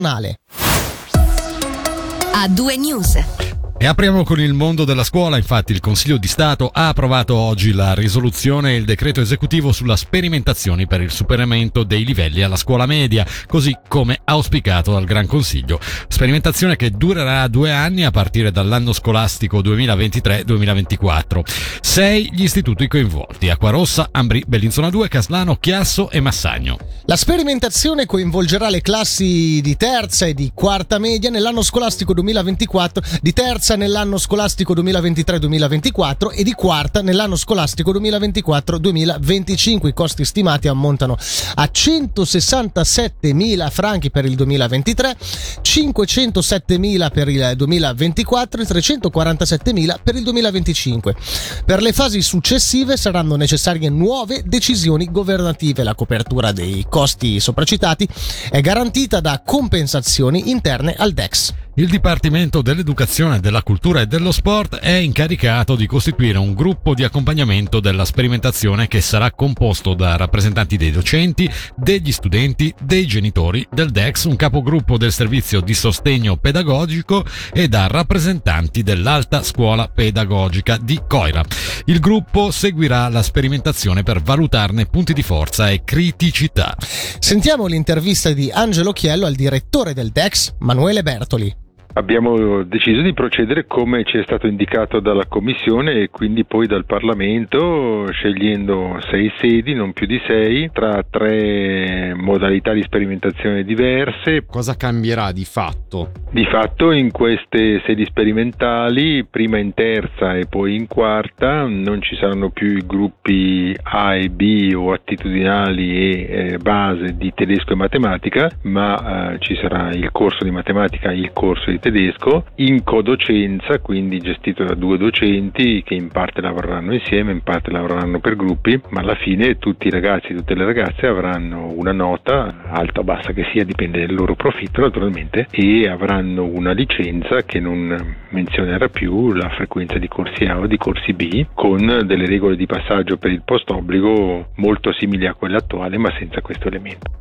A2 News. E apriamo con il mondo della scuola. Infatti il Consiglio di Stato ha approvato oggi la risoluzione e il decreto esecutivo sulla sperimentazione per il superamento dei livelli alla scuola media, così come auspicato dal Gran Consiglio. Sperimentazione che durerà 2 anni a partire dall'anno scolastico 2023-2024. 6 gli istituti coinvolti: Acquarossa, Ambrì, Bellinzona 2, Caslano, Chiasso e Massagno. La sperimentazione coinvolgerà le classi di terza e di quarta media nell'anno scolastico 2024, di terza nell'anno scolastico 2023-2024 e di quarta nell'anno scolastico 2024-2025. I costi stimati ammontano a 167.000 franchi per il 2023, 507.000 per il 2024 e 347.000 per il 2025. Per le fasi successive saranno necessarie nuove decisioni governative. La copertura dei costi sopracitati è garantita da compensazioni interne al DEX. Il Dipartimento dell'Educazione, della Cultura e dello Sport è incaricato di costituire un gruppo di accompagnamento della sperimentazione che sarà composto da rappresentanti dei docenti, degli studenti, dei genitori, del DEX, un capogruppo del servizio di sostegno pedagogico e da rappresentanti dell'Alta Scuola Pedagogica di Coira. Il gruppo seguirà la sperimentazione per valutarne punti di forza e criticità. Sentiamo l'intervista di Angelo Chiello al direttore del DEX, Manuele Bertoli. Abbiamo deciso di procedere come ci è stato indicato dalla Commissione e quindi poi dal Parlamento, scegliendo 6 sedi, non più di 6, tra 3 modalità di sperimentazione diverse. Cosa cambierà di fatto? Di fatto in queste sedi sperimentali, prima in terza e poi in quarta, non ci saranno più i gruppi A e B o attitudinali e base di tedesco e matematica, ma ci sarà il corso di matematica e il corso di tedesco in codocenza, quindi gestito da 2 docenti che in parte lavoreranno insieme, in parte lavoreranno per gruppi, ma alla fine tutti i ragazzi e tutte le ragazze avranno una nota, alta o bassa che sia, dipende dal loro profitto naturalmente, e avranno una licenza che non menzionerà più la frequenza di corsi A o di corsi B, con delle regole di passaggio per il post obbligo molto simili a quelle attuali, ma senza questo elemento.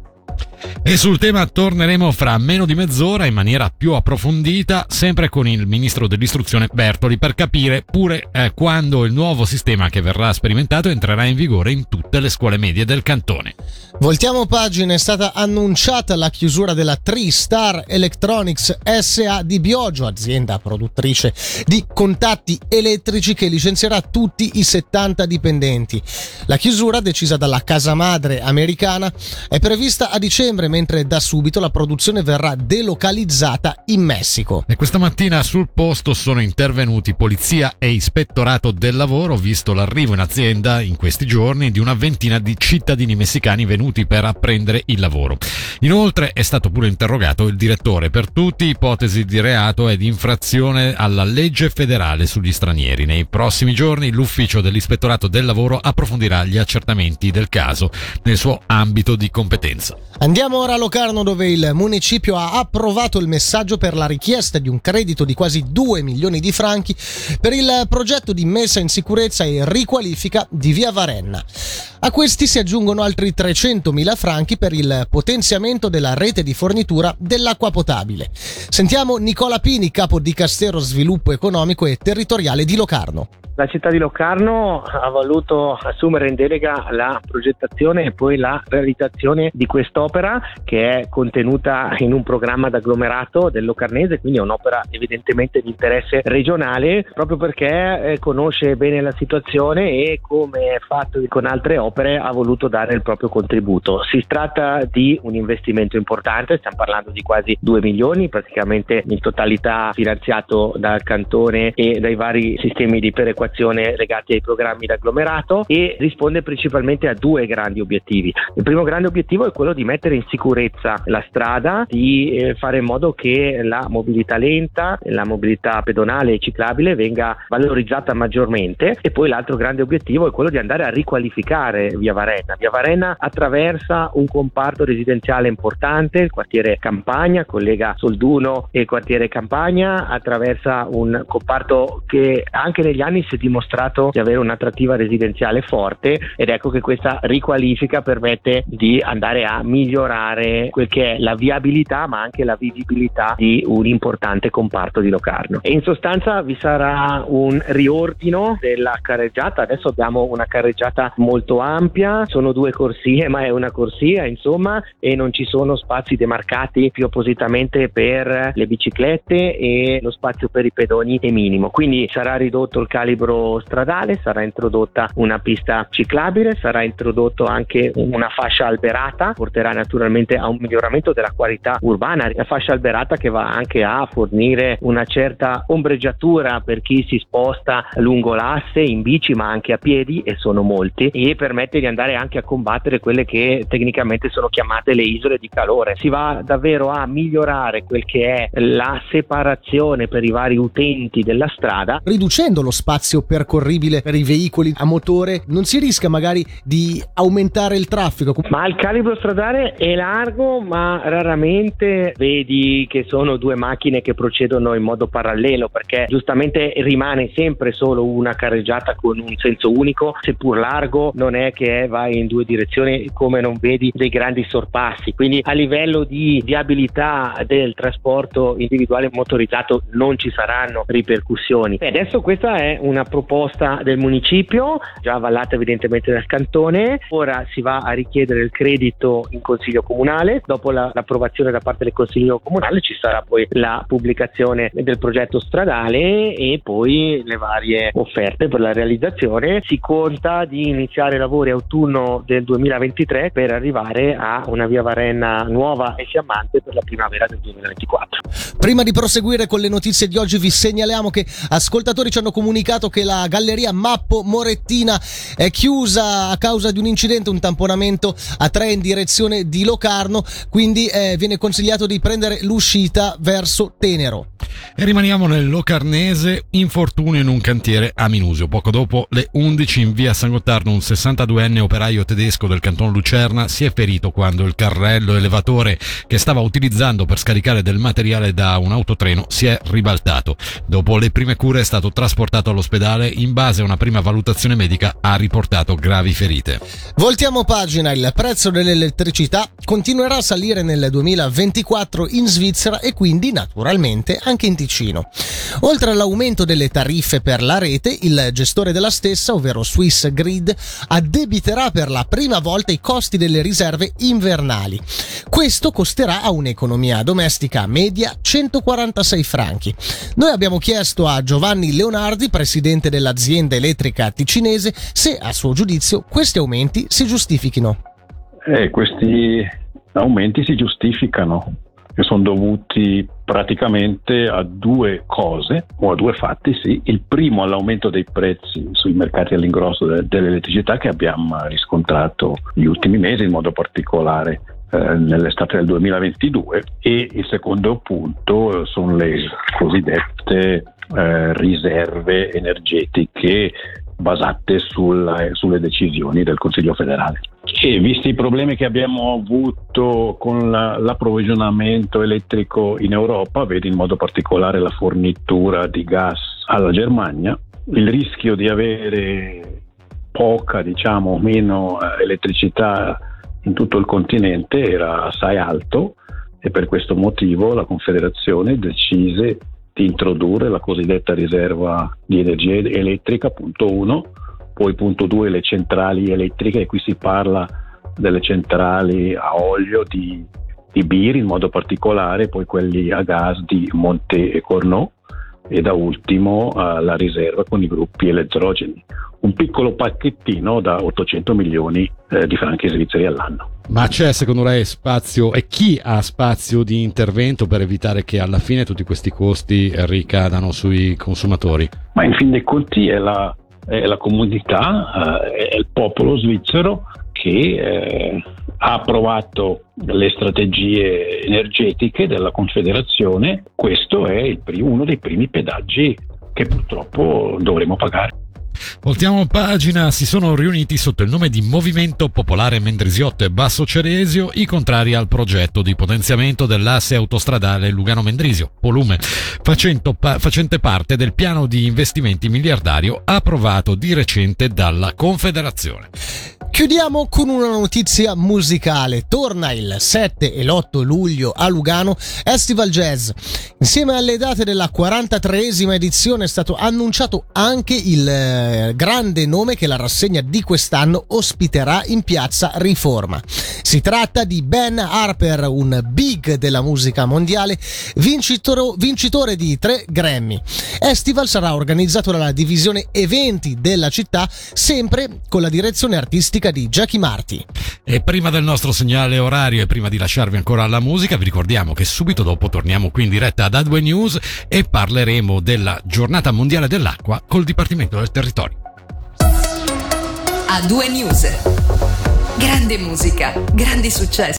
E sul tema torneremo fra meno di mezz'ora in maniera più approfondita, sempre con il ministro dell'istruzione Bertoli, per capire pure quando il nuovo sistema che verrà sperimentato entrerà in vigore in tutte le scuole medie del cantone. Voltiamo pagina. È stata annunciata la chiusura della TriStar Electronics SA di Biogio, azienda produttrice di contatti elettrici che licenzierà tutti i 70 dipendenti. La chiusura, decisa dalla casa madre americana, è prevista a dicembre, mentre da subito la produzione verrà delocalizzata in Messico. E questa mattina sul posto sono intervenuti polizia e ispettorato del lavoro, visto l'arrivo in azienda in questi giorni di una ventina di cittadini messicani venuti per apprendere il lavoro. Inoltre è stato pure interrogato il direttore per tutte ipotesi di reato e di infrazione alla legge federale sugli stranieri. Nei prossimi giorni l'ufficio dell'ispettorato del lavoro approfondirà gli accertamenti del caso nel suo ambito di competenza. Andiamo ora a Locarno, dove il municipio ha approvato il messaggio per la richiesta di un credito di quasi 2 milioni di franchi per il progetto di messa in sicurezza e riqualifica di via Varenna. A questi si aggiungono altri 300.000 franchi per il potenziamento della rete di fornitura dell'acqua potabile. Sentiamo Nicola Pini, capo Dicastero Sviluppo Economico e Territoriale di Locarno. La città di Locarno ha voluto assumere in delega la progettazione e poi la realizzazione di quest'opera, che è contenuta in un programma d'agglomerato del Locarnese, quindi è un'opera evidentemente di interesse regionale, proprio perché conosce bene la situazione e, come fatto con altre opere, ha voluto dare il proprio contributo. Si tratta di un investimento importante, stiamo parlando di quasi 2 milioni, praticamente in totalità finanziato dal cantone e dai vari sistemi di perequazione legati ai programmi d'agglomerato, e risponde principalmente a 2 grandi obiettivi. Il primo grande obiettivo è quello di mettere in sicurezza la strada, di fare in modo che la mobilità lenta, la mobilità pedonale e ciclabile venga valorizzata maggiormente, e poi l'altro grande obiettivo è quello di andare a riqualificare via Varenna. Via Varenna attraversa un comparto residenziale importante, il quartiere Campagna, collega Solduno e il quartiere Campagna, attraversa un comparto che anche negli anni si è dimostrato di avere un'attrattiva residenziale forte, ed ecco che questa riqualifica permette di andare a migliorare quel che è la viabilità ma anche la vivibilità di un importante comparto di Locarno. E in sostanza vi sarà un riordino della carreggiata. Adesso abbiamo una carreggiata molto ampia, sono 2 corsie ma è una corsia insomma, e non ci sono spazi demarcati più appositamente per le biciclette, e lo spazio per i pedoni è minimo, quindi sarà ridotto il calibro stradale, sarà introdotta una pista ciclabile, sarà introdotto anche una fascia alberata, porterà naturalmente a un miglioramento della qualità urbana, la fascia alberata che va anche a fornire una certa ombreggiatura per chi si sposta lungo l'asse in bici ma anche a piedi, e sono molti, e permette di andare anche a combattere quelle che tecnicamente sono chiamate le isole di calore. Si va davvero a migliorare quel che è la separazione per i vari utenti della strada, riducendo lo spazio percorribile per i veicoli a motore. Non si rischia magari di aumentare il traffico? Ma il calibro stradale è largo, ma raramente vedi che sono 2 macchine che procedono in modo parallelo, perché giustamente rimane sempre solo una carreggiata con un senso unico, seppur largo non è che vai in 2 direzioni, come non vedi dei grandi sorpassi. Quindi a livello di viabilità del trasporto individuale motorizzato non ci saranno ripercussioni. Adesso questa è una proposta del municipio, già avallata evidentemente dal cantone. Ora si va a richiedere il credito in consiglio comunale. Dopo l'approvazione da parte del consiglio comunale ci sarà poi la pubblicazione del progetto stradale e poi le varie offerte per la realizzazione. Si conta di iniziare i lavori autunno del 2023 per arrivare a una via Varenna nuova e fiammante per la primavera del 2024. Prima di proseguire con le notizie di oggi vi segnaliamo che ascoltatori ci hanno comunicato che la galleria Mappo Morettina è chiusa a causa di un incidente, un tamponamento a 3 in direzione di Locarno, quindi viene consigliato di prendere l'uscita verso Tenero. E rimaniamo nel Locarnese, infortunio in un cantiere a Minusio. Poco dopo le 11 in via San Gottardo un 62enne operaio tedesco del canton Lucerna si è ferito quando il carrello elevatore che stava utilizzando per scaricare del materiale da un autotreno si è ribaltato. Dopo le prime cure è stato trasportato all'ospedale. In base a una prima valutazione medica ha riportato gravi ferite. Voltiamo pagina. Il prezzo dell'elettricità continuerà a salire nel 2024 in Svizzera e quindi naturalmente anche in Ticino. Oltre all'aumento delle tariffe per la rete, il gestore della stessa, ovvero Swiss Grid, addebiterà per la prima volta i costi delle riserve invernali. Questo costerà a un'economia domestica media 146 franchi. Noi abbiamo chiesto a Giovanni Leonardi, presidente dell'azienda elettrica ticinese, se a suo giudizio questi aumenti si giustifichino. Questi aumenti si giustificano e sono dovuti praticamente a 2 cose o a 2 fatti, sì. Il primo, all'aumento dei prezzi sui mercati all'ingrosso dell'elettricità che abbiamo riscontrato negli ultimi mesi, in modo particolare nell'estate del 2022, e il secondo punto sono le cosiddette riserve energetiche basate sulle decisioni del Consiglio federale. E visti i problemi che abbiamo avuto con l'approvvigionamento elettrico in Europa, vedi in modo particolare la fornitura di gas alla Germania, il rischio di avere poca, diciamo, meno elettricità in tutto il continente era assai alto, e per questo motivo la Confederazione decise di introdurre la cosiddetta riserva di energia elettrica, punto 1, poi punto 2 le centrali elettriche, e qui si parla delle centrali a olio di Bir in modo particolare, poi quelli a gas di Monte e Cornot, e da ultimo la riserva con i gruppi elettrogeni. Un piccolo pacchettino da 800 milioni di franchi svizzeri all'anno. Ma c'è secondo lei spazio, e chi ha spazio di intervento per evitare che alla fine tutti questi costi ricadano sui consumatori? Ma in fin dei conti è la comunità, è il popolo svizzero che ha approvato le strategie energetiche della Confederazione. Questo è uno dei primi pedaggi che purtroppo dovremo pagare. Voltiamo pagina, si sono riuniti sotto il nome di Movimento Popolare Mendrisiotto e Basso Ceresio i contrari al progetto di potenziamento dell'asse autostradale Lugano-Mendrisio, Polume, facente parte del piano di investimenti miliardario approvato di recente dalla Confederazione. Chiudiamo con una notizia musicale. Torna il 7 e l'8 luglio a Lugano Estival Jazz. Insieme alle date della 43esima edizione è stato annunciato anche il grande nome che la rassegna di quest'anno ospiterà in piazza Riforma. Si tratta di Ben Harper, un big della musica mondiale, vincitore di 3 Grammy. Estival sarà organizzato dalla divisione eventi della città, sempre con la direzione artistica di Jackie Marti. E prima del nostro segnale orario e prima di lasciarvi ancora alla musica, vi ricordiamo che subito dopo torniamo qui in diretta ad A2 News e parleremo della giornata mondiale dell'acqua col Dipartimento del Territorio. A2 News. Grande musica, grandi successi.